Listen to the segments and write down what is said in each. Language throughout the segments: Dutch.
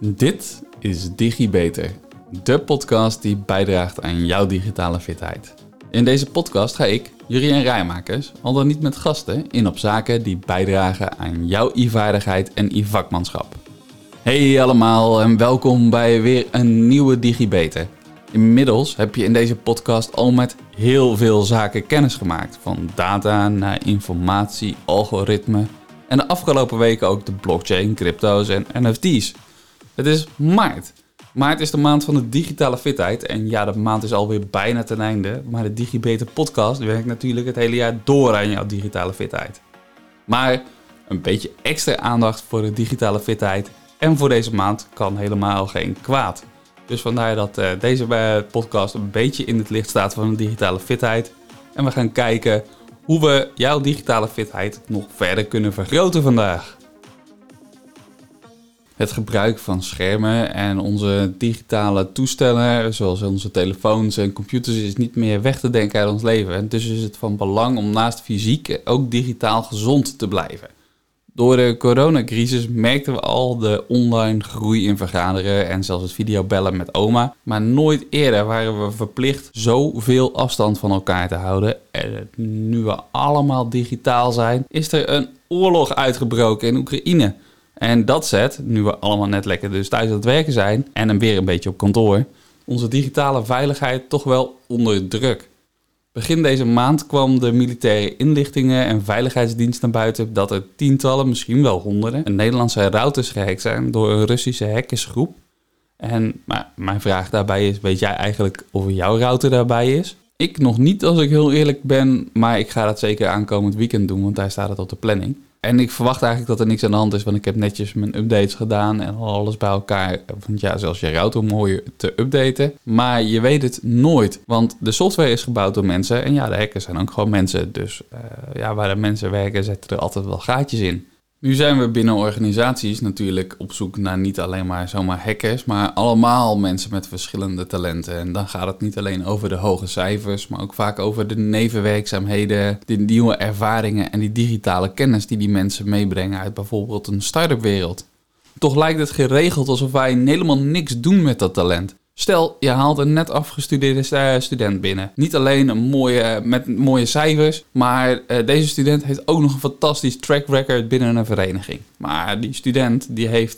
Dit is DigiBeter, de podcast die bijdraagt aan jouw digitale fitheid. In deze podcast ga ik, Jurien Rijmakers, al dan niet met gasten, in op zaken die bijdragen aan jouw e-vaardigheid en e-vakmanschap. Hey allemaal en welkom bij weer een nieuwe DigiBeter. Inmiddels heb je in deze podcast al met heel veel zaken kennis gemaakt, van data naar informatie, algoritme en de afgelopen weken ook de blockchain, crypto's en NFT's. Het is maart. Maart is de maand van de digitale fitheid en ja, de maand is alweer bijna ten einde, maar de DigiBeter podcast werkt natuurlijk het hele jaar door aan jouw digitale fitheid. Maar een beetje extra aandacht voor de digitale fitheid en voor deze maand kan helemaal geen kwaad. Dus vandaar dat deze podcast een beetje in het licht staat van de digitale fitheid. En we gaan kijken hoe we jouw digitale fitheid nog verder kunnen vergroten vandaag. Het gebruik van schermen en onze digitale toestellen, zoals onze telefoons en computers, is niet meer weg te denken uit ons leven. En dus is het van belang om naast fysiek ook digitaal gezond te blijven. Door de coronacrisis merkten we al de online groei in vergaderen en zelfs het videobellen met oma. Maar nooit eerder waren we verplicht zoveel afstand van elkaar te houden. En nu we allemaal digitaal zijn, is er een oorlog uitgebroken in Oekraïne. En dat zet, nu we allemaal net lekker dus thuis aan het werken zijn en weer een beetje op kantoor, onze digitale veiligheid toch wel onder druk. Begin deze maand kwam de militaire inlichtingen en veiligheidsdienst naar buiten dat er tientallen, misschien wel honderden, Nederlandse routers gehackt zijn door een Russische hackersgroep. Maar mijn vraag daarbij is, weet jij eigenlijk of jouw router daarbij is? Ik nog niet, als ik heel eerlijk ben, maar ik ga dat zeker aankomend weekend doen, want daar staat het op de planning. En ik verwacht eigenlijk dat er niks aan de hand is, want ik heb netjes mijn updates gedaan en alles bij elkaar. Want ja, zelfs je router mooi te updaten. Maar je weet het nooit, want de software is gebouwd door mensen. En ja, de hackers zijn ook gewoon mensen. Dus waar de mensen werken, zetten er altijd wel gaatjes in. Nu zijn we binnen organisaties natuurlijk op zoek naar niet alleen maar zomaar hackers, maar allemaal mensen met verschillende talenten. En dan gaat het niet alleen over de hoge cijfers, maar ook vaak over de nevenwerkzaamheden, de nieuwe ervaringen en die digitale kennis die mensen meebrengen uit bijvoorbeeld een start-up wereld. Toch lijkt het geregeld alsof wij helemaal niks doen met dat talent. Stel, je haalt een net afgestudeerde student binnen. Niet alleen met mooie cijfers, maar deze student heeft ook nog een fantastisch track record binnen een vereniging. Maar die student die heeft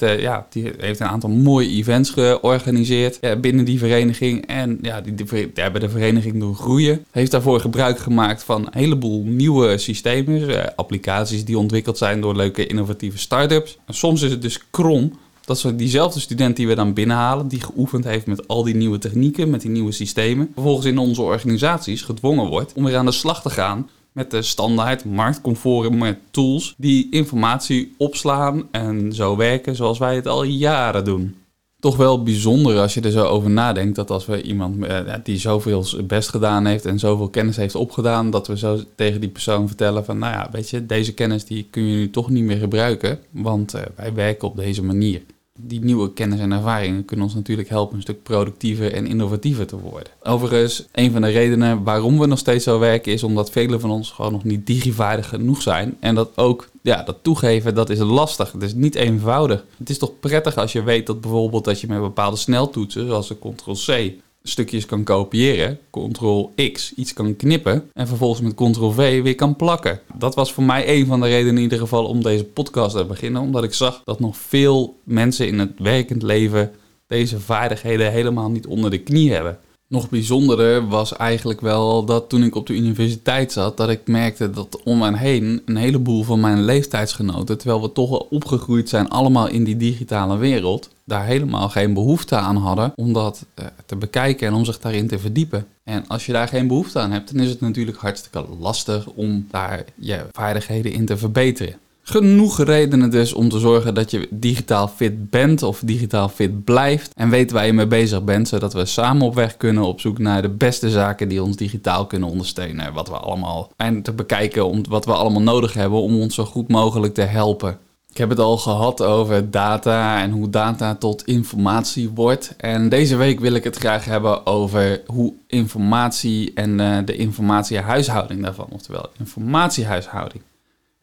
een aantal mooie events georganiseerd binnen die vereniging. En die hebben de vereniging doen groeien. Heeft daarvoor gebruik gemaakt van een heleboel nieuwe systemen, applicaties die ontwikkeld zijn door leuke innovatieve start-ups. En soms is het dus krom dat we diezelfde student die we dan binnenhalen, die geoefend heeft met al die nieuwe technieken, met die nieuwe systemen, vervolgens in onze organisaties gedwongen wordt om weer aan de slag te gaan met de standaard marktconforme tools die informatie opslaan en zo werken zoals wij het al jaren doen. Toch wel bijzonder als je er zo over nadenkt dat als we iemand die zoveel best gedaan heeft en zoveel kennis heeft opgedaan, dat we zo tegen die persoon vertellen van, weet je, deze kennis die kun je nu toch niet meer gebruiken, want wij werken op deze manier. Die nieuwe kennis en ervaringen kunnen ons natuurlijk helpen een stuk productiever en innovatiever te worden. Overigens, een van de redenen waarom we nog steeds zo werken is omdat velen van ons gewoon nog niet digivaardig genoeg zijn. En dat ook, dat toegeven, dat is lastig. Het is niet eenvoudig. Het is toch prettig als je weet dat bijvoorbeeld dat je met bepaalde sneltoetsen, zoals de Ctrl-C, stukjes kan kopiëren, Ctrl-X iets kan knippen en vervolgens met Ctrl-V weer kan plakken. Dat was voor mij een van de redenen in ieder geval om deze podcast te beginnen, omdat ik zag dat nog veel mensen in het werkend leven deze vaardigheden helemaal niet onder de knie hebben. Nog bijzonderder was eigenlijk wel dat toen ik op de universiteit zat, dat ik merkte dat om me heen een heleboel van mijn leeftijdsgenoten, terwijl we toch wel opgegroeid zijn allemaal in die digitale wereld, daar helemaal geen behoefte aan hadden om dat te bekijken en om zich daarin te verdiepen. En als je daar geen behoefte aan hebt, dan is het natuurlijk hartstikke lastig om daar je vaardigheden in te verbeteren. Genoeg redenen dus om te zorgen dat je digitaal fit bent of digitaal fit blijft en weet waar je mee bezig bent, zodat we samen op weg kunnen op zoek naar de beste zaken die ons digitaal kunnen ondersteunen. Wat we allemaal en te bekijken wat we allemaal nodig hebben om ons zo goed mogelijk te helpen. Ik heb het al gehad over data en hoe data tot informatie wordt. En deze week wil ik het graag hebben over hoe informatie en de informatiehuishouding daarvan, oftewel informatiehuishouding.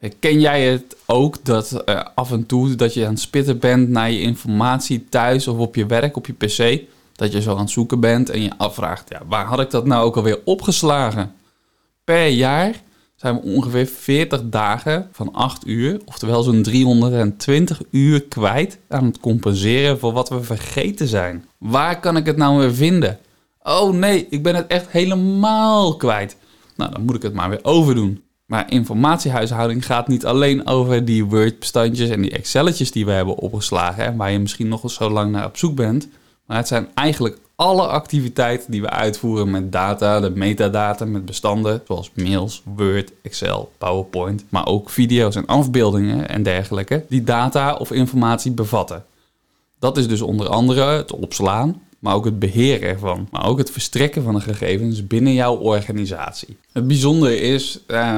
Ken jij het ook dat af en toe dat je aan het spitten bent naar je informatie thuis of op je werk, op je pc, dat je zo aan het zoeken bent en je afvraagt, ja, waar had ik dat nou ook alweer opgeslagen? Per jaar zijn we ongeveer 40 dagen van 8 uur, oftewel zo'n 320 uur kwijt aan het compenseren voor wat we vergeten zijn. Waar kan ik het nou weer vinden? Oh nee, ik ben het echt helemaal kwijt. Nou, dan moet ik het maar weer overdoen. Maar informatiehuishouding gaat niet alleen over die Word-bestandjes en die Excelletjes die we hebben opgeslagen, en waar je misschien nog eens zo lang naar op zoek bent. Maar het zijn eigenlijk alle activiteiten die we uitvoeren met data, de metadata met bestanden, zoals mails, Word, Excel, PowerPoint, maar ook video's en afbeeldingen en dergelijke, die data of informatie bevatten. Dat is dus onder andere het opslaan, maar ook het beheren ervan, maar ook het verstrekken van de gegevens binnen jouw organisatie. Het bijzondere is,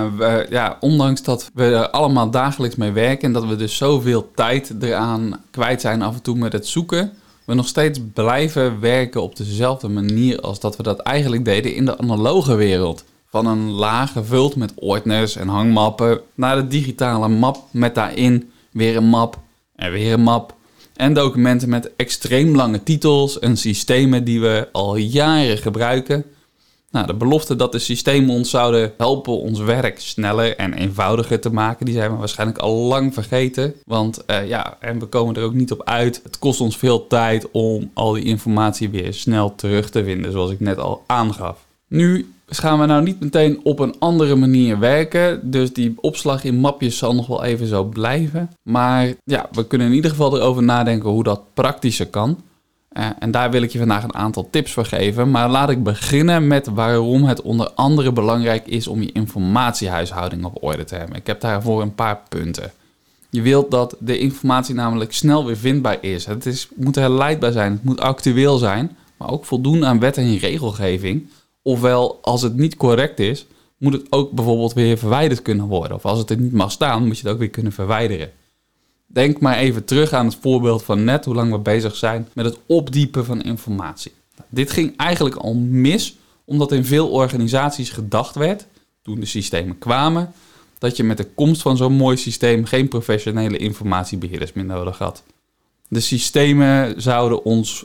ondanks dat we er allemaal dagelijks mee werken en dat we dus zoveel tijd eraan kwijt zijn af en toe met het zoeken, we nog steeds blijven werken op dezelfde manier als dat we dat eigenlijk deden in de analoge wereld. Van een laag gevuld met ordners en hangmappen naar de digitale map met daarin weer een map en weer een map. En documenten met extreem lange titels en systemen die we al jaren gebruiken. Nou, de belofte dat de systemen ons zouden helpen ons werk sneller en eenvoudiger te maken, die zijn we waarschijnlijk al lang vergeten. Want en we komen er ook niet op uit. Het kost ons veel tijd om al die informatie weer snel terug te vinden, zoals ik net al aangaf. Nu gaan we nou niet meteen op een andere manier werken. Dus die opslag in mapjes zal nog wel even zo blijven. Maar ja, we kunnen in ieder geval erover nadenken hoe dat praktischer kan. En daar wil ik je vandaag een aantal tips voor geven. Maar laat ik beginnen met waarom het onder andere belangrijk is om je informatiehuishouding op orde te hebben. Ik heb daarvoor een paar punten. Je wilt dat de informatie namelijk snel weer vindbaar is. Het moet herleidbaar zijn, het moet actueel zijn, maar ook voldoen aan wet en regelgeving. Ofwel, als het niet correct is, moet het ook bijvoorbeeld weer verwijderd kunnen worden. Of als het er niet mag staan, moet je het ook weer kunnen verwijderen. Denk maar even terug aan het voorbeeld van net, hoe lang we bezig zijn met het opdiepen van informatie. Dit ging eigenlijk al mis, omdat in veel organisaties gedacht werd, toen de systemen kwamen, dat je met de komst van zo'n mooi systeem geen professionele informatiebeheerders meer nodig had. De systemen zouden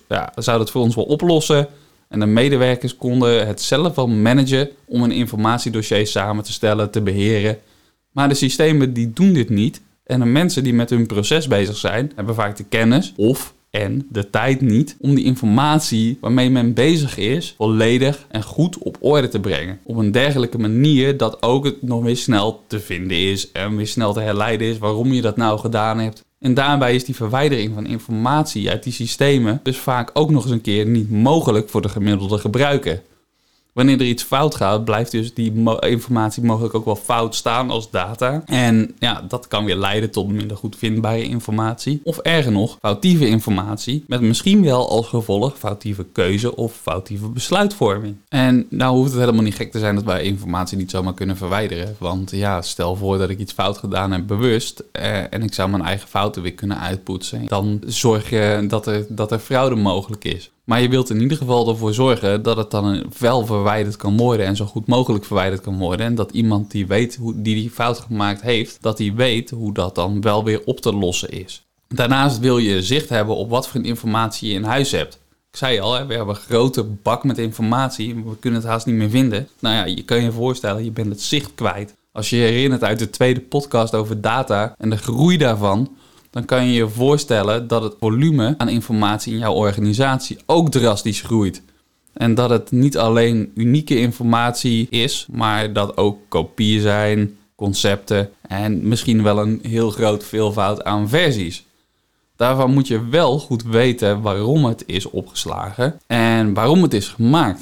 het voor ons wel oplossen en de medewerkers konden het zelf wel managen om een informatiedossier samen te stellen, te beheren. Maar de systemen die doen dit niet. En de mensen die met hun proces bezig zijn, hebben vaak de kennis en de tijd niet om die informatie waarmee men bezig is, volledig en goed op orde te brengen. Op een dergelijke manier dat ook het nog weer snel te vinden is en weer snel te herleiden is waarom je dat nou gedaan hebt. En daarbij is die verwijdering van informatie uit die systemen dus vaak ook nog eens een keer niet mogelijk voor de gemiddelde gebruiker. Wanneer er iets fout gaat, blijft dus die informatie mogelijk ook wel fout staan als data. En ja, dat kan weer leiden tot minder goed vindbare informatie. Of erger nog, foutieve informatie met misschien wel als gevolg foutieve keuze of foutieve besluitvorming. En nou hoeft het helemaal niet gek te zijn dat wij informatie niet zomaar kunnen verwijderen. Want ja, stel voor dat ik iets fout gedaan heb bewust en ik zou mijn eigen fouten weer kunnen uitpoetsen. Dan zorg je dat er fraude mogelijk is. Maar je wilt in ieder geval ervoor zorgen dat het dan wel verwijderd kan worden en zo goed mogelijk verwijderd kan worden. En dat iemand die weet die fout gemaakt heeft, dat die weet hoe dat dan wel weer op te lossen is. Daarnaast wil je zicht hebben op wat voor informatie je in huis hebt. Ik zei al, we hebben een grote bak met informatie, we kunnen het haast niet meer vinden. Nou ja, je kan je voorstellen, je bent het zicht kwijt. Als je je herinnert uit de tweede podcast over data en de groei daarvan, dan kan je je voorstellen dat het volume aan informatie in jouw organisatie ook drastisch groeit. En dat het niet alleen unieke informatie is, maar dat ook kopieën zijn, concepten en misschien wel een heel groot veelvoud aan versies. Daarvan moet je wel goed weten waarom het is opgeslagen en waarom het is gemaakt.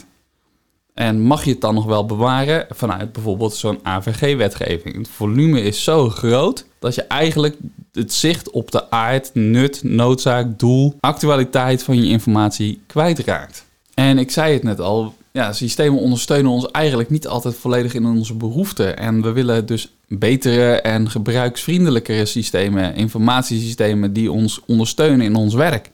En mag je het dan nog wel bewaren vanuit bijvoorbeeld zo'n AVG-wetgeving? Het volume is zo groot dat je eigenlijk het zicht op de aard, nut, noodzaak, doel, actualiteit van je informatie kwijtraakt. En ik zei het net al, ja, systemen ondersteunen ons eigenlijk niet altijd volledig in onze behoeften. En we willen dus betere en gebruiksvriendelijkere systemen, informatiesystemen die ons ondersteunen in ons werk.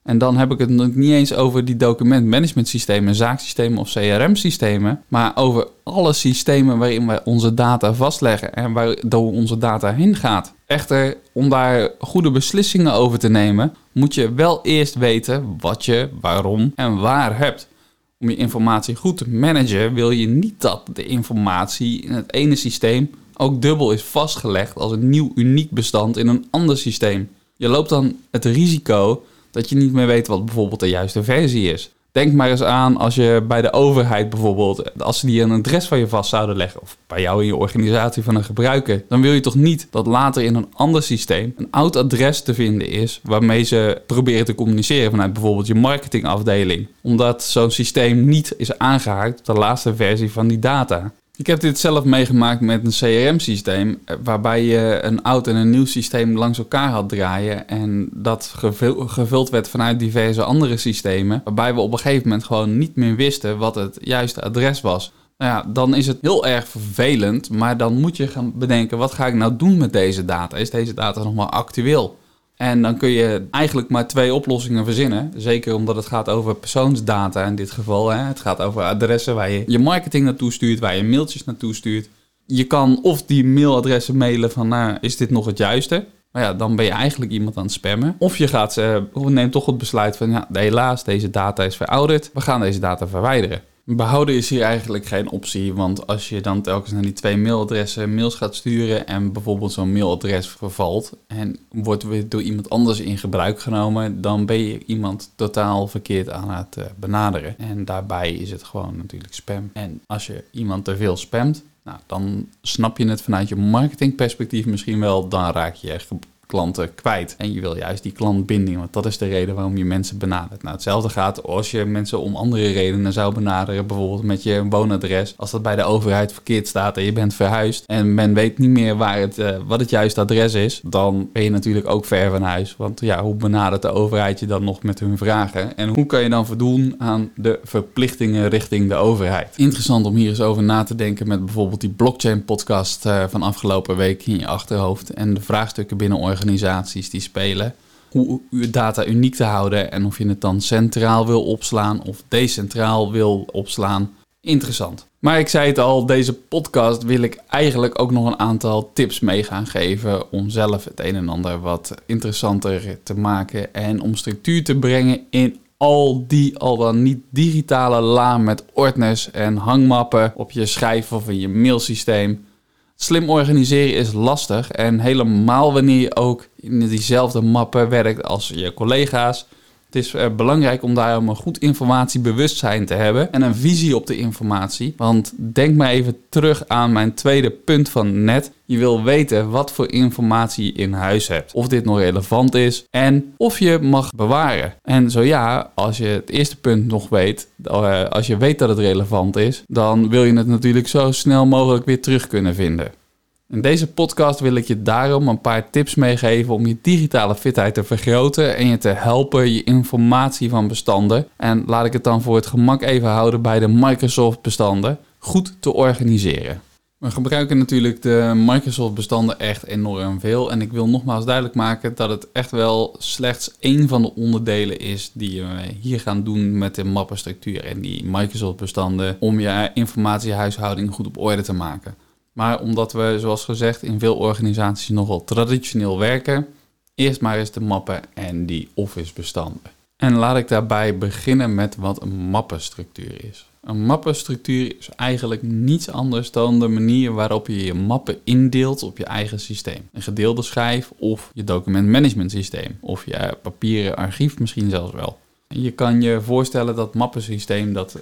En dan heb ik het nog niet eens over die documentmanagementsystemen, zaaksystemen of CRM-systemen, maar over alle systemen waarin wij onze data vastleggen en waardoor onze data heen gaat. Echter, om daar goede beslissingen over te nemen, moet je wel eerst weten wat je, waarom en waar hebt. Om je informatie goed te managen wil je niet dat de informatie in het ene systeem ook dubbel is vastgelegd als een nieuw uniek bestand in een ander systeem. Je loopt dan het risico dat je niet meer weet wat bijvoorbeeld de juiste versie is. Denk maar eens aan als je bij de overheid bijvoorbeeld, als ze die een adres van je vast zouden leggen, of bij jou in je organisatie van een gebruiker, dan wil je toch niet dat later in een ander systeem een oud adres te vinden is waarmee ze proberen te communiceren vanuit bijvoorbeeld je marketingafdeling. Omdat zo'n systeem niet is aangehaakt op de laatste versie van die data. Ik heb dit zelf meegemaakt met een CRM-systeem waarbij je een oud en een nieuw systeem langs elkaar had draaien en dat gevuld werd vanuit diverse andere systemen, waarbij we op een gegeven moment gewoon niet meer wisten wat het juiste adres was. Nou ja, dan is het heel erg vervelend, maar dan moet je gaan bedenken, wat ga ik nou doen met deze data? Is deze data nog maar actueel? En dan kun je eigenlijk maar 2 oplossingen verzinnen. Zeker omdat het gaat over persoonsdata in dit geval. Hè. Het gaat over adressen waar je je marketing naartoe stuurt, waar je mailtjes naartoe stuurt. Je kan of die mailadressen mailen van, nou, is dit nog het juiste? Maar ja, dan ben je eigenlijk iemand aan het spammen. Of je neemt toch het besluit van, ja, helaas, deze data is verouderd. We gaan deze data verwijderen. Behouden is hier eigenlijk geen optie, want als je dan telkens naar die 2 mailadressen mails gaat sturen en bijvoorbeeld zo'n mailadres vervalt en wordt weer door iemand anders in gebruik genomen, dan ben je iemand totaal verkeerd aan het benaderen. En daarbij is het gewoon natuurlijk spam. En als je iemand te veel spamt, nou, dan snap je het vanuit je marketingperspectief misschien wel, dan raak je klanten kwijt. En je wil juist die klantbinding, want dat is de reden waarom je mensen benadert. Nou, hetzelfde gaat als je mensen om andere redenen zou benaderen, bijvoorbeeld met je woonadres. Als dat bij de overheid verkeerd staat en je bent verhuisd en men weet niet meer wat het juiste adres is, dan ben je natuurlijk ook ver van huis. Want ja, hoe benadert de overheid je dan nog met hun vragen? En hoe kan je dan voldoen aan de verplichtingen richting de overheid? Interessant om hier eens over na te denken met bijvoorbeeld die blockchain podcast van afgelopen week in je achterhoofd en de vraagstukken binnen organisaties die spelen. Hoe je data uniek te houden en of je het dan centraal wil opslaan of decentraal wil opslaan. Interessant. Maar ik zei het al, deze podcast wil ik eigenlijk ook nog een aantal tips mee gaan geven om zelf het een en ander wat interessanter te maken en om structuur te brengen in al dan niet digitale la met ordners en hangmappen op je schijf of in je mailsysteem. Slim organiseren is lastig en helemaal wanneer je ook in diezelfde mappen werkt als je collega's. Het is belangrijk om daarom een goed informatiebewustzijn te hebben en een visie op de informatie. Want denk maar even terug aan mijn tweede punt van net. Je wil weten wat voor informatie je in huis hebt. Of dit nog relevant is en of je mag bewaren. En zo ja, als je het eerste punt nog weet, als je weet dat het relevant is, dan wil je het natuurlijk zo snel mogelijk weer terug kunnen vinden. In deze podcast wil ik je daarom een paar tips meegeven om je digitale fitheid te vergroten en je te helpen je informatie van bestanden, en laat ik het dan voor het gemak even houden bij de Microsoft bestanden, goed te organiseren. We gebruiken natuurlijk de Microsoft bestanden echt enorm veel en ik wil nogmaals duidelijk maken dat het echt wel slechts één van de onderdelen is die we hier gaan doen met de mappenstructuur en die Microsoft bestanden om je informatiehuishouding goed op orde te maken. Maar omdat we, zoals gezegd, in veel organisaties nogal traditioneel werken, eerst maar eens de mappen en die Office bestanden. En laat ik daarbij beginnen met wat een mappenstructuur is. Een mappenstructuur is eigenlijk niets anders dan de manier waarop je je mappen indeelt op je eigen systeem. Een gedeelde schijf of je documentmanagement systeem of je papieren archief misschien zelfs wel. Je kan je voorstellen dat mappensysteem, dat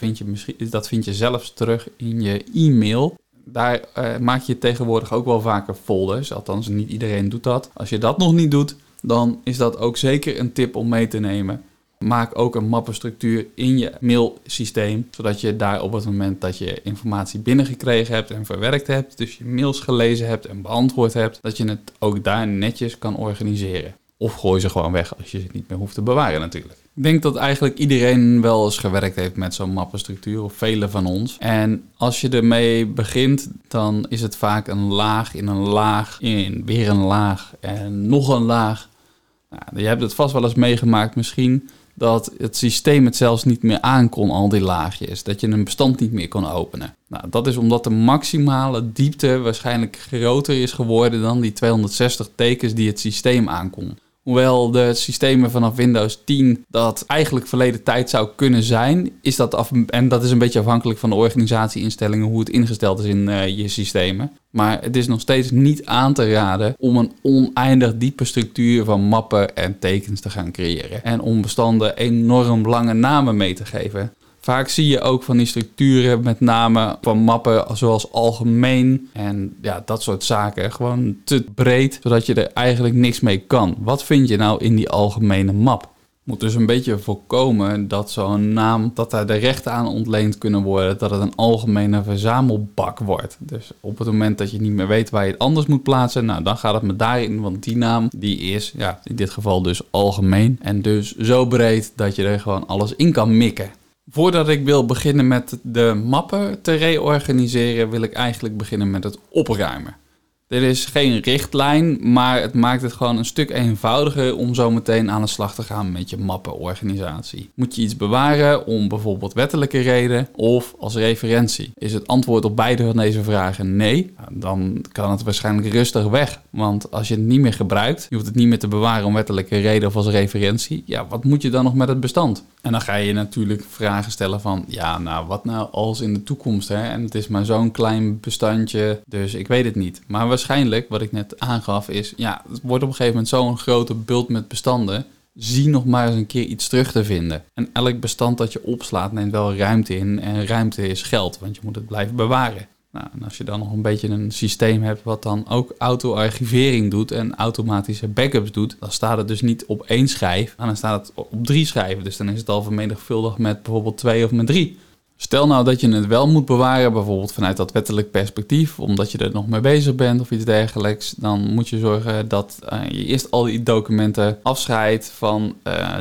vind je zelfs terug in je e-mail. Daar maak je tegenwoordig ook wel vaker folders, althans niet iedereen doet dat. Als je dat nog niet doet, dan is dat ook zeker een tip om mee te nemen. Maak ook een mappenstructuur in je mailsysteem, zodat je daar op het moment dat je informatie binnengekregen hebt en verwerkt hebt, dus je mails gelezen hebt en beantwoord hebt, dat je het ook daar netjes kan organiseren. Of gooi ze gewoon weg als je ze niet meer hoeft te bewaren natuurlijk. Ik denk dat eigenlijk iedereen wel eens gewerkt heeft met zo'n mappenstructuur, of velen van ons. En als je ermee begint, dan is het vaak een laag in een laag, in weer een laag en nog een laag. Nou, je hebt het vast wel eens meegemaakt misschien, dat het systeem het zelfs niet meer aankon, al die laagjes. Dat je een bestand niet meer kon openen. Nou, dat is omdat de maximale diepte waarschijnlijk groter is geworden dan die 260 tekens die het systeem aankon. Hoewel de systemen vanaf Windows 10 dat eigenlijk verleden tijd zou kunnen zijn, is dat en dat is een beetje afhankelijk van de organisatieinstellingen hoe het ingesteld is in je systemen. Maar het is nog steeds niet aan te raden om een oneindig diepe structuur van mappen en tekens te gaan creëren. En om bestanden enorm lange namen mee te geven. Vaak zie je ook van die structuren met namen van mappen zoals algemeen en ja, dat soort zaken. Gewoon te breed, zodat je er eigenlijk niks mee kan. Wat vind je nou in die algemene map? Moet dus een beetje voorkomen dat zo'n naam, dat daar de rechten aan ontleend kunnen worden, dat het een algemene verzamelbak wordt. Dus op het moment dat je niet meer weet waar je het anders moet plaatsen, nou dan gaat het me daarin, want die naam die is, ja, in dit geval dus algemeen en dus zo breed dat je er gewoon alles in kan mikken. Voordat ik wil beginnen met de mappen te reorganiseren, wil ik eigenlijk beginnen met het opruimen. Dit is geen richtlijn, maar het maakt het gewoon een stuk eenvoudiger om zo meteen aan de slag te gaan met je mappenorganisatie. Moet je iets bewaren om bijvoorbeeld wettelijke reden of als referentie? Is het antwoord op beide van deze vragen nee? Dan kan het waarschijnlijk rustig weg. Want als je het niet meer gebruikt, je hoeft het niet meer te bewaren om wettelijke reden of als referentie. Ja, wat moet je dan nog met het bestand? En dan ga je natuurlijk vragen stellen van, ja, nou, wat nou als in de toekomst, hè? En het is maar zo'n klein bestandje, dus ik weet het niet. Maar waarschijnlijk, wat ik net aangaf, is, ja, het wordt op een gegeven moment zo'n grote bult met bestanden. Zie nog maar eens een keer iets terug te vinden. En elk bestand dat je opslaat neemt wel ruimte in. En ruimte is geld, want je moet het blijven bewaren. Nou, en als je dan nog een beetje een systeem hebt wat dan ook auto-archivering doet en automatische backups doet, dan staat het dus niet op 1 schijf, maar dan staat het op 3 schijven. Dus dan is het al vermenigvuldigd met bijvoorbeeld 2 of met 3. Stel nou dat je het wel moet bewaren, bijvoorbeeld vanuit dat wettelijk perspectief, omdat je er nog mee bezig bent of iets dergelijks, dan moet je zorgen dat je eerst al die documenten afscheidt van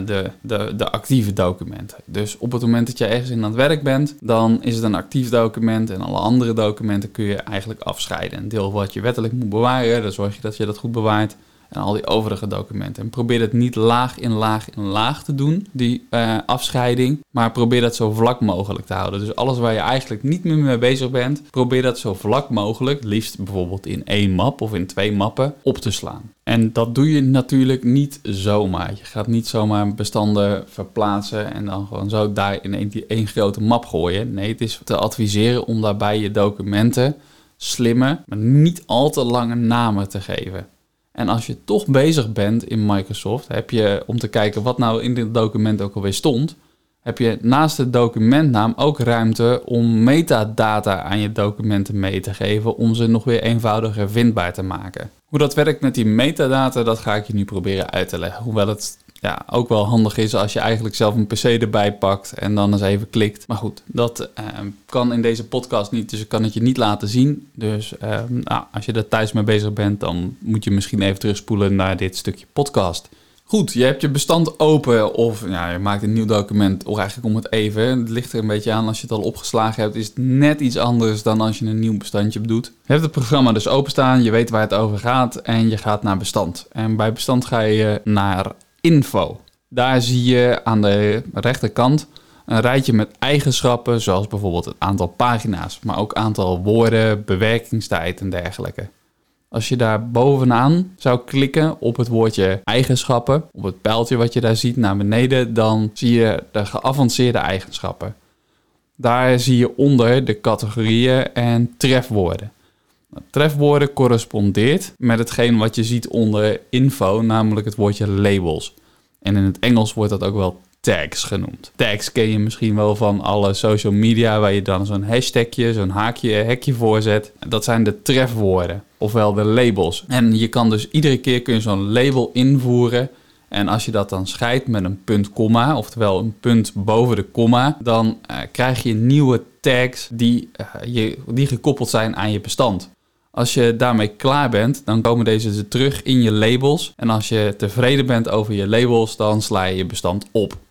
de actieve documenten. Dus op het moment dat je ergens in aan het werk bent, dan is het een actief document en alle andere documenten kun je eigenlijk afscheiden. Een deel wat je wettelijk moet bewaren, dan zorg je dat je dat goed bewaart. En al die overige documenten. En probeer het niet laag in laag in laag te doen, die afscheiding. Maar probeer dat zo vlak mogelijk te houden. Dus alles waar je eigenlijk niet meer mee bezig bent, probeer dat zo vlak mogelijk, liefst bijvoorbeeld in 1 map of in 2 mappen, op te slaan. En dat doe je natuurlijk niet zomaar. Je gaat niet zomaar bestanden verplaatsen en dan gewoon zo daar in één grote map gooien. Nee, het is te adviseren om daarbij je documenten slimme, maar niet al te lange namen te geven. En als je toch bezig bent in Microsoft, heb je, om te kijken wat nou in dit document ook alweer stond, heb je naast de documentnaam ook ruimte om metadata aan je documenten mee te geven, om ze nog weer eenvoudiger vindbaar te maken. Hoe dat werkt met die metadata, dat ga ik je nu proberen uit te leggen. Hoewel het ook wel handig is als je eigenlijk zelf een PC erbij pakt en dan eens even klikt. Maar goed, dat kan in deze podcast niet, dus ik kan het je niet laten zien. Dus als je er thuis mee bezig bent, dan moet je misschien even terugspoelen naar dit stukje podcast. Goed, je hebt je bestand open of je maakt een nieuw document, of eigenlijk om het even. Het ligt er een beetje aan, als je het al opgeslagen hebt, is het net iets anders dan als je een nieuw bestandje doet. Je hebt het programma dus openstaan, je weet waar het over gaat en je gaat naar bestand. En bij bestand ga je naar info. Daar zie je aan de rechterkant een rijtje met eigenschappen, zoals bijvoorbeeld het aantal pagina's, maar ook aantal woorden, bewerkingstijd en dergelijke. Als je daar bovenaan zou klikken op het woordje eigenschappen, op het pijltje wat je daar ziet naar beneden, dan zie je de geavanceerde eigenschappen. Daar zie je onder de categorieën en trefwoorden. Trefwoorden correspondeert met hetgeen wat je ziet onder info, namelijk het woordje labels. En in het Engels wordt dat ook wel tags genoemd. Tags ken je misschien wel van alle social media, waar je dan zo'n hashtagje, zo'n hekje voor zet. Dat zijn de trefwoorden, ofwel de labels. En je kan dus iedere keer kun je zo'n label invoeren. En als je dat dan scheidt met een punt, komma, oftewel een punt boven de komma, dan krijg je nieuwe tags die gekoppeld zijn aan je bestand. Als je daarmee klaar bent, dan komen deze dus terug in je labels. En als je tevreden bent over je labels, dan sla je je bestand op.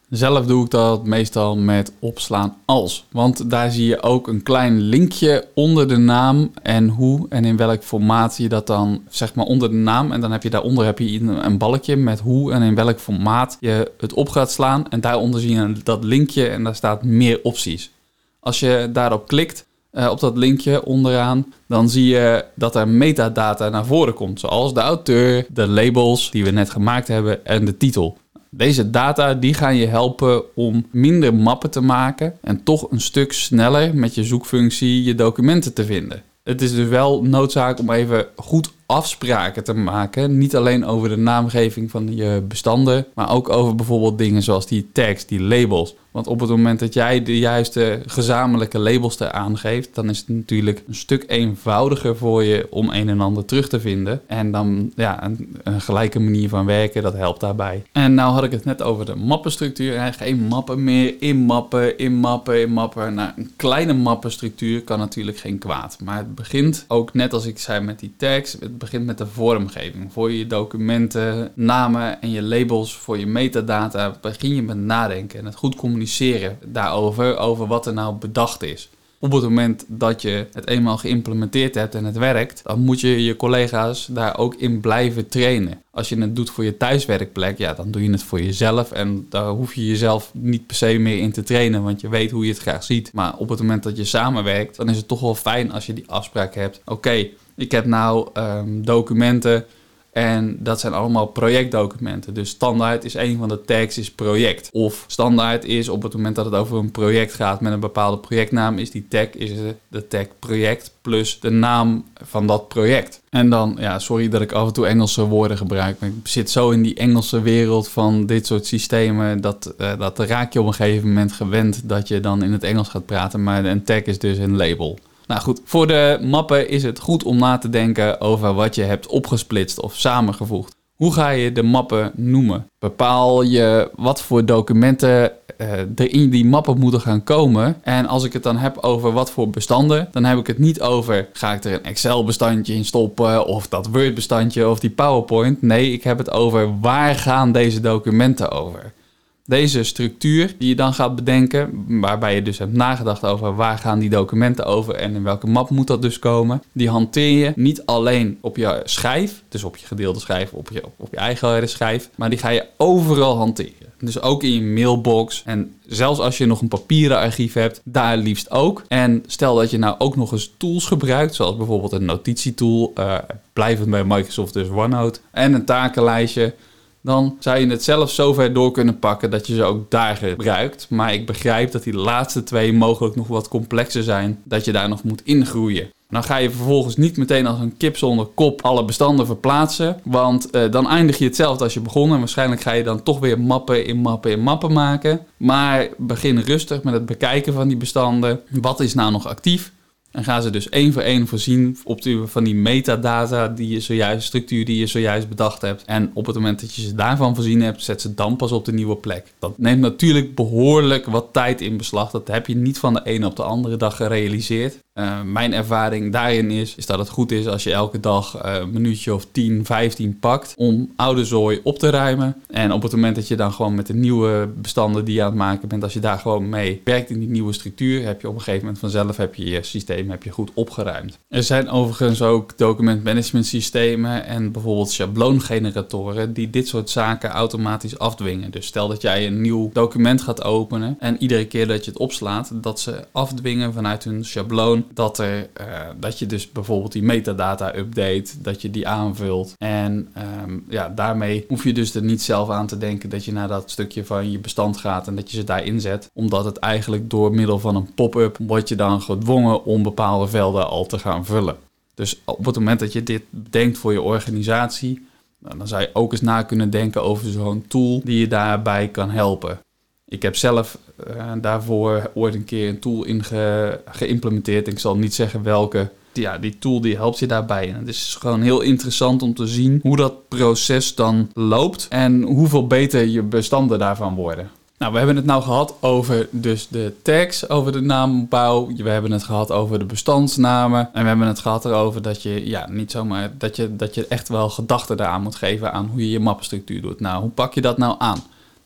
Zelf doe ik dat meestal met opslaan als. Want daar zie je ook een klein linkje onder de naam en hoe en in welk formaat je dat dan, zeg maar onder de naam. En dan heb je daaronder een balkje met hoe en in welk formaat je het op gaat slaan. En daaronder zie je dat linkje en daar staat meer opties. Als je daarop klikt, op dat linkje onderaan, dan zie je dat er metadata naar voren komt. Zoals de auteur, de labels die we net gemaakt hebben en de titel. Deze data die gaan je helpen om minder mappen te maken en toch een stuk sneller met je zoekfunctie je documenten te vinden. Het is dus wel noodzaak om even goed afspraken te maken. Niet alleen over de naamgeving van je bestanden, maar ook over bijvoorbeeld dingen zoals die tags, die labels. Want op het moment dat jij de juiste gezamenlijke labels er aangeeft, dan is het natuurlijk een stuk eenvoudiger voor je om een en ander terug te vinden. En dan een gelijke manier van werken, dat helpt daarbij. En nou had ik het net over de mappenstructuur. Geen mappen meer, in mappen. Nou, een kleine mappenstructuur kan natuurlijk geen kwaad. Maar het begint ook, net als ik zei met die tags, het begint met de vormgeving. Voor je documenten, namen en je labels, voor je metadata, begin je met nadenken en het goed communiceren daarover, over wat er nou bedacht is. Op het moment dat je het eenmaal geïmplementeerd hebt en het werkt, dan moet je je collega's daar ook in blijven trainen. Als je het doet voor je thuiswerkplek, ja, dan doe je het voor jezelf en daar hoef je jezelf niet per se meer in te trainen, want je weet hoe je het graag ziet. Maar op het moment dat je samenwerkt, dan is het toch wel fijn als je die afspraak hebt. Oké, ik heb nou documenten en dat zijn allemaal projectdocumenten. Dus standaard is een van de tags is project. Of standaard is op het moment dat het over een project gaat met een bepaalde projectnaam, is die tag de tag project plus de naam van dat project. En dan, ja, sorry dat ik af en toe Engelse woorden gebruik, maar ik zit zo in die Engelse wereld van dit soort systemen, dat raak je op een gegeven moment gewend dat je dan in het Engels gaat praten, maar een tag is dus een label. Nou goed, voor de mappen is het goed om na te denken over wat je hebt opgesplitst of samengevoegd. Hoe ga je de mappen noemen? Bepaal je wat voor documenten er in die mappen moeten gaan komen. En als ik het dan heb over wat voor bestanden, dan heb ik het niet over, ga ik er een Excel-bestandje in stoppen of dat Word-bestandje of die PowerPoint. Nee, ik heb het over waar gaan deze documenten over. Deze structuur die je dan gaat bedenken, waarbij je dus hebt nagedacht over waar gaan die documenten over en in welke map moet dat dus komen, die hanteer je niet alleen op je schijf, dus op je gedeelde schijf, op je eigen harde schijf, maar die ga je overal hanteren. Dus ook in je mailbox en zelfs als je nog een papieren archief hebt, daar liefst ook. En stel dat je nou ook nog eens tools gebruikt, zoals bijvoorbeeld een notitietool, blijvend bij Microsoft dus OneNote, en een takenlijstje, dan zou je het zelf zo ver door kunnen pakken dat je ze ook daar gebruikt. Maar ik begrijp dat die laatste twee mogelijk nog wat complexer zijn, dat je daar nog moet ingroeien. Dan ga je vervolgens niet meteen als een kip zonder kop alle bestanden verplaatsen, want dan eindig je hetzelfde als je begon en waarschijnlijk ga je dan toch weer mappen in mappen maken. Maar begin rustig met het bekijken van die bestanden. Wat is nou nog actief? En gaan ze dus één voor één voorzien van die metadata, structuur die je zojuist bedacht hebt. En op het moment dat je ze daarvan voorzien hebt, zet ze dan pas op de nieuwe plek. Dat neemt natuurlijk behoorlijk wat tijd in beslag. Dat heb je niet van de ene op de andere dag gerealiseerd. Mijn ervaring daarin is dat het goed is als je elke dag een minuutje of 10, 15 pakt om oude zooi op te ruimen. En op het moment dat je dan gewoon met de nieuwe bestanden die je aan het maken bent, als je daar gewoon mee werkt in die nieuwe structuur, heb je op een gegeven moment vanzelf je systeem goed opgeruimd. Er zijn overigens ook documentmanagement systemen en bijvoorbeeld schabloongeneratoren die dit soort zaken automatisch afdwingen. Dus stel dat jij een nieuw document gaat openen en iedere keer dat je het opslaat, dat ze afdwingen vanuit hun schabloon dat je dus bijvoorbeeld die metadata update, dat je die aanvult. En daarmee hoef je dus er niet zelf aan te denken dat je naar dat stukje van je bestand gaat en dat je ze daar inzet. Omdat het eigenlijk door middel van een pop-up wordt je dan gedwongen om bepaalde velden al te gaan vullen. Dus op het moment dat je dit bedenkt voor je organisatie, dan zou je ook eens na kunnen denken over zo'n tool die je daarbij kan helpen. Ik heb zelf daarvoor ooit een keer een tool geïmplementeerd. Ik zal niet zeggen welke. Ja, die tool die helpt je daarbij. En het is gewoon heel interessant om te zien hoe dat proces dan loopt en hoeveel beter je bestanden daarvan worden. Nou, we hebben het nou gehad over dus de tags, over de naambouw. We hebben het gehad over de bestandsnamen. En we hebben het gehad erover dat je niet zomaar dat je echt wel gedachten eraan moet geven aan hoe je je mappenstructuur doet. Nou, hoe pak je dat nou aan?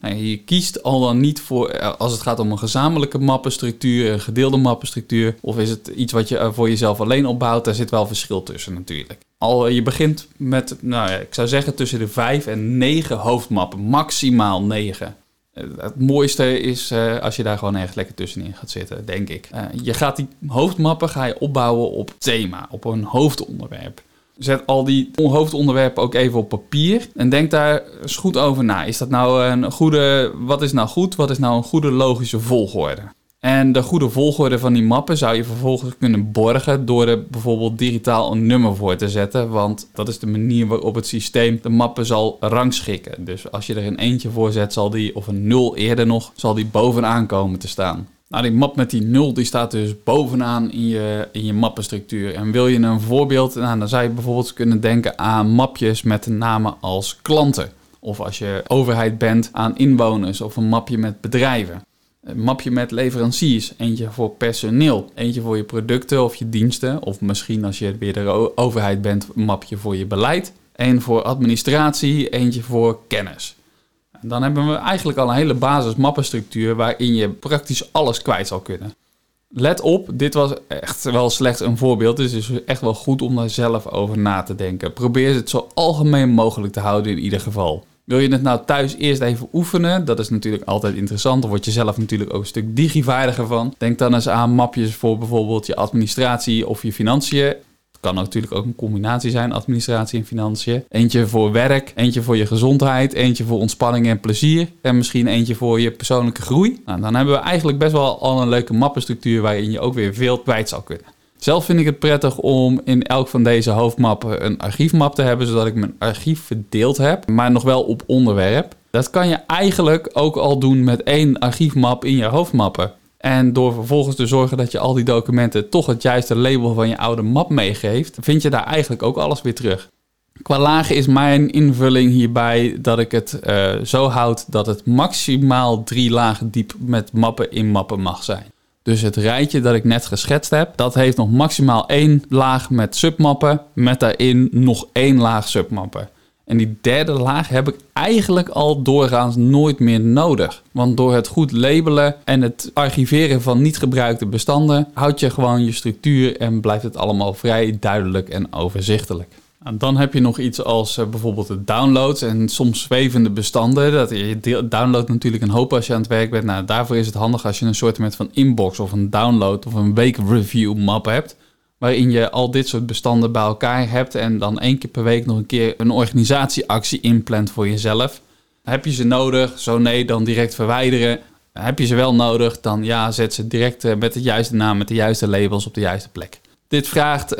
Je kiest al dan niet voor, als het gaat om een gezamenlijke mappenstructuur, een gedeelde mappenstructuur, of is het iets wat je voor jezelf alleen opbouwt, daar zit wel verschil tussen natuurlijk. Je begint met, ik zou zeggen tussen de 5 en 9 hoofdmappen, maximaal 9. Het mooiste is als je daar gewoon ergens lekker tussenin gaat zitten, denk ik. Je gaat die hoofdmappen opbouwen op thema, op een hoofdonderwerp. Zet al die hoofdonderwerpen ook even op papier en denk daar eens goed over na. Is dat nou wat is nou goed? Wat is nou een goede logische volgorde? En de goede volgorde van die mappen zou je vervolgens kunnen borgen door er bijvoorbeeld digitaal een nummer voor te zetten. Want dat is de manier waarop het systeem de mappen zal rangschikken. Dus als je er een eentje voor zet, of een 0 eerder nog, zal die bovenaan komen te staan. Nou, die map met die 0 die staat dus bovenaan in je mappenstructuur. En wil je een voorbeeld, dan zou je bijvoorbeeld kunnen denken aan mapjes met namen als klanten. Of als je overheid bent aan inwoners of een mapje met bedrijven. Een mapje met leveranciers, eentje voor personeel, eentje voor je producten of je diensten. Of misschien als je weer de overheid bent, een mapje voor je beleid. Eén voor administratie, eentje voor kennis. Dan hebben we eigenlijk al een hele basis mappenstructuur waarin je praktisch alles kwijt zal kunnen. Let op, dit was echt wel slechts een voorbeeld, dus het is echt wel goed om daar zelf over na te denken. Probeer het zo algemeen mogelijk te houden in ieder geval. Wil je het nou thuis eerst even oefenen? Dat is natuurlijk altijd interessant. Dan word je zelf natuurlijk ook een stuk digivaardiger van. Denk dan eens aan mapjes voor bijvoorbeeld je administratie of je financiën. Het kan natuurlijk ook een combinatie zijn, administratie en financiën. Eentje voor werk, eentje voor je gezondheid, eentje voor ontspanning en plezier. En misschien eentje voor je persoonlijke groei. Nou, dan hebben we eigenlijk best wel al een leuke mappenstructuur waarin je ook weer veel kwijt zou kunnen. Zelf vind ik het prettig om in elk van deze hoofdmappen een archiefmap te hebben, zodat ik mijn archief verdeeld heb, maar nog wel op onderwerp. Dat kan je eigenlijk ook al doen met 1 archiefmap in je hoofdmappen. En door vervolgens te zorgen dat je al die documenten toch het juiste label van je oude map meegeeft, vind je daar eigenlijk ook alles weer terug. Qua lagen is mijn invulling hierbij dat ik het zo houd dat het maximaal 3 lagen diep met mappen in mappen mag zijn. Dus het rijtje dat ik net geschetst heb, dat heeft nog maximaal 1 laag met submappen, met daarin nog 1 laag submappen. En die derde laag heb ik eigenlijk al doorgaans nooit meer nodig. Want door het goed labelen en het archiveren van niet gebruikte bestanden, houd je gewoon je structuur en blijft het allemaal vrij duidelijk en overzichtelijk. En dan heb je nog iets als bijvoorbeeld de downloads en soms zwevende bestanden. Je downloadt natuurlijk een hoop als je aan het werk bent. Nou, daarvoor is het handig als je een soort van inbox of een download of een weekreview map hebt. Waarin je al dit soort bestanden bij elkaar hebt en dan 1 keer per week nog een keer een organisatieactie inplant voor jezelf. Heb je ze nodig? Zo nee, dan direct verwijderen. Heb je ze wel nodig? Dan ja, zet ze direct met de juiste naam, met de juiste labels op de juiste plek. Dit vraagt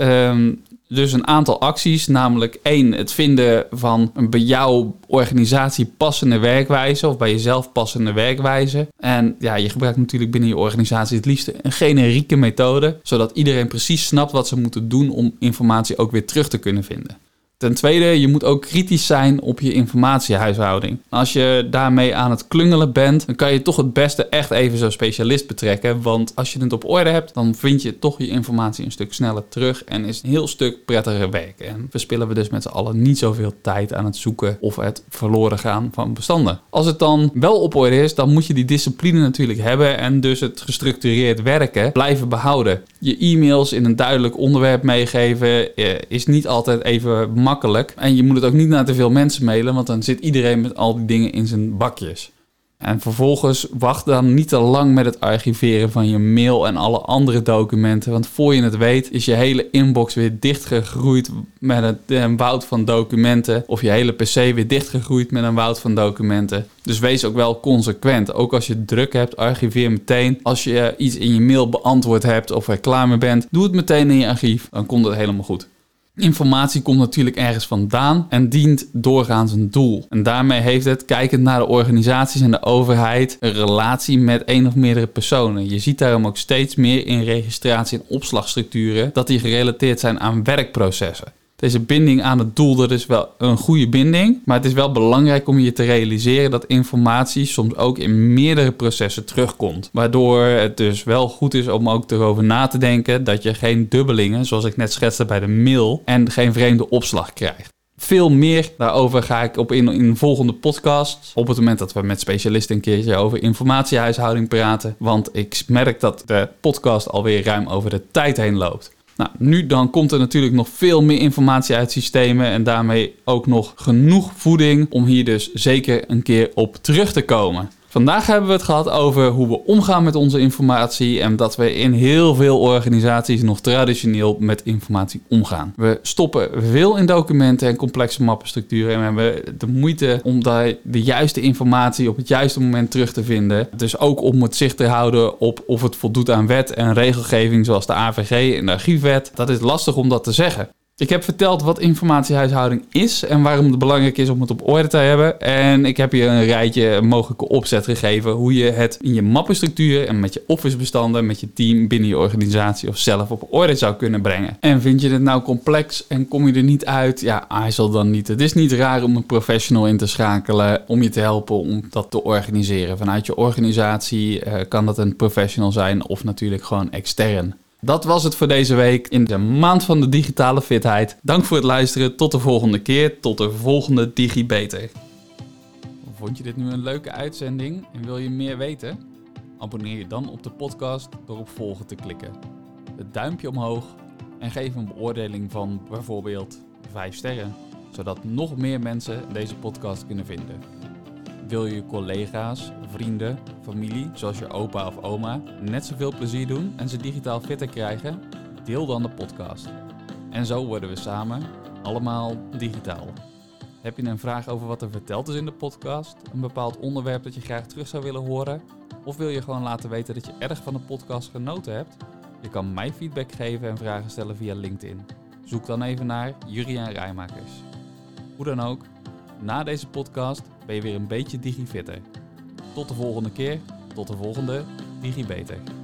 dus een aantal acties, namelijk 1, het vinden van een bij jouw organisatie passende werkwijze of bij jezelf passende werkwijze. En ja, je gebruikt natuurlijk binnen je organisatie het liefst een generieke methode, zodat iedereen precies snapt wat ze moeten doen om informatie ook weer terug te kunnen vinden. Ten tweede, je moet ook kritisch zijn op je informatiehuishouding. Als je daarmee aan het klungelen bent, dan kan je toch het beste echt even zo'n specialist betrekken. Want als je het op orde hebt, dan vind je toch je informatie een stuk sneller terug en is een heel stuk prettiger werken. En verspillen we dus met z'n allen niet zoveel tijd aan het zoeken of het verloren gaan van bestanden. Als het dan wel op orde is, dan moet je die discipline natuurlijk hebben en dus het gestructureerd werken blijven behouden. Je e-mails in een duidelijk onderwerp meegeven is niet altijd even makkelijk. En je moet het ook niet naar te veel mensen mailen, want dan zit iedereen met al die dingen in zijn bakjes. En vervolgens wacht dan niet te lang met het archiveren van je mail en alle andere documenten. Want voor je het weet is je hele inbox weer dichtgegroeid met een woud van documenten. Of je hele pc weer dichtgegroeid met een woud van documenten. Dus wees ook wel consequent. Ook als je druk hebt, archiveer meteen. Als je iets in je mail beantwoord hebt of er klaar mee bent, doe het meteen in je archief. Dan komt het helemaal goed. Informatie komt natuurlijk ergens vandaan en dient doorgaans een doel. En daarmee heeft het, kijkend naar de organisaties en de overheid, een relatie met 1 of meerdere personen. Je ziet daarom ook steeds meer in registratie- en opslagstructuren dat die gerelateerd zijn aan werkprocessen. Deze binding aan het doel, dat is wel een goede binding, maar het is wel belangrijk om je te realiseren dat informatie soms ook in meerdere processen terugkomt. Waardoor het dus wel goed is om ook erover na te denken dat je geen dubbelingen, zoals ik net schetste bij de mail, en geen vreemde opslag krijgt. Veel meer daarover ga ik op in een volgende podcast. Op het moment dat we met specialisten een keertje over informatiehuishouding praten. Want ik merk dat de podcast alweer ruim over de tijd heen loopt. Nou, nu dan komt er natuurlijk nog veel meer informatie uit systemen en daarmee ook nog genoeg voeding om hier dus zeker een keer op terug te komen. Vandaag hebben we het gehad over hoe we omgaan met onze informatie en dat we in heel veel organisaties nog traditioneel met informatie omgaan. We stoppen veel in documenten en complexe mappenstructuren en we hebben de moeite om daar de juiste informatie op het juiste moment terug te vinden. Dus ook om het zicht te houden op of het voldoet aan wet en regelgeving zoals de AVG en de archiefwet. Dat is lastig om dat te zeggen. Ik heb verteld wat informatiehuishouding is en waarom het belangrijk is om het op orde te hebben. En ik heb je een rijtje mogelijke opzet gegeven hoe je het in je mappenstructuur en met je office bestanden, met je team, binnen je organisatie of zelf op orde zou kunnen brengen. En vind je het nou complex en kom je er niet uit? Ja, aarzel dan niet. Het is niet raar om een professional in te schakelen om je te helpen om dat te organiseren. Vanuit je organisatie kan dat een professional zijn of natuurlijk gewoon extern. Dat was het voor deze week in de maand van de digitale fitheid. Dank voor het luisteren. Tot de volgende keer. Tot de volgende DigiBeter. Vond je dit nu een leuke uitzending en wil je meer weten? Abonneer je dan op de podcast door op volgen te klikken. Het duimpje omhoog en geef een beoordeling van bijvoorbeeld 5 sterren. Zodat nog meer mensen deze podcast kunnen vinden. Wil je collega's, vrienden, familie, zoals je opa of oma, net zoveel plezier doen en ze digitaal fitter krijgen? Deel dan de podcast. En zo worden we samen allemaal digitaal. Heb je een vraag over wat er verteld is in de podcast? Een bepaald onderwerp dat je graag terug zou willen horen? Of wil je gewoon laten weten dat je erg van de podcast genoten hebt? Je kan mij feedback geven en vragen stellen via LinkedIn. Zoek dan even naar Juriaan Rijmakers. Hoe dan ook, na deze podcast ben je weer een beetje digifitter. Tot de volgende keer, tot de volgende DigiBeter.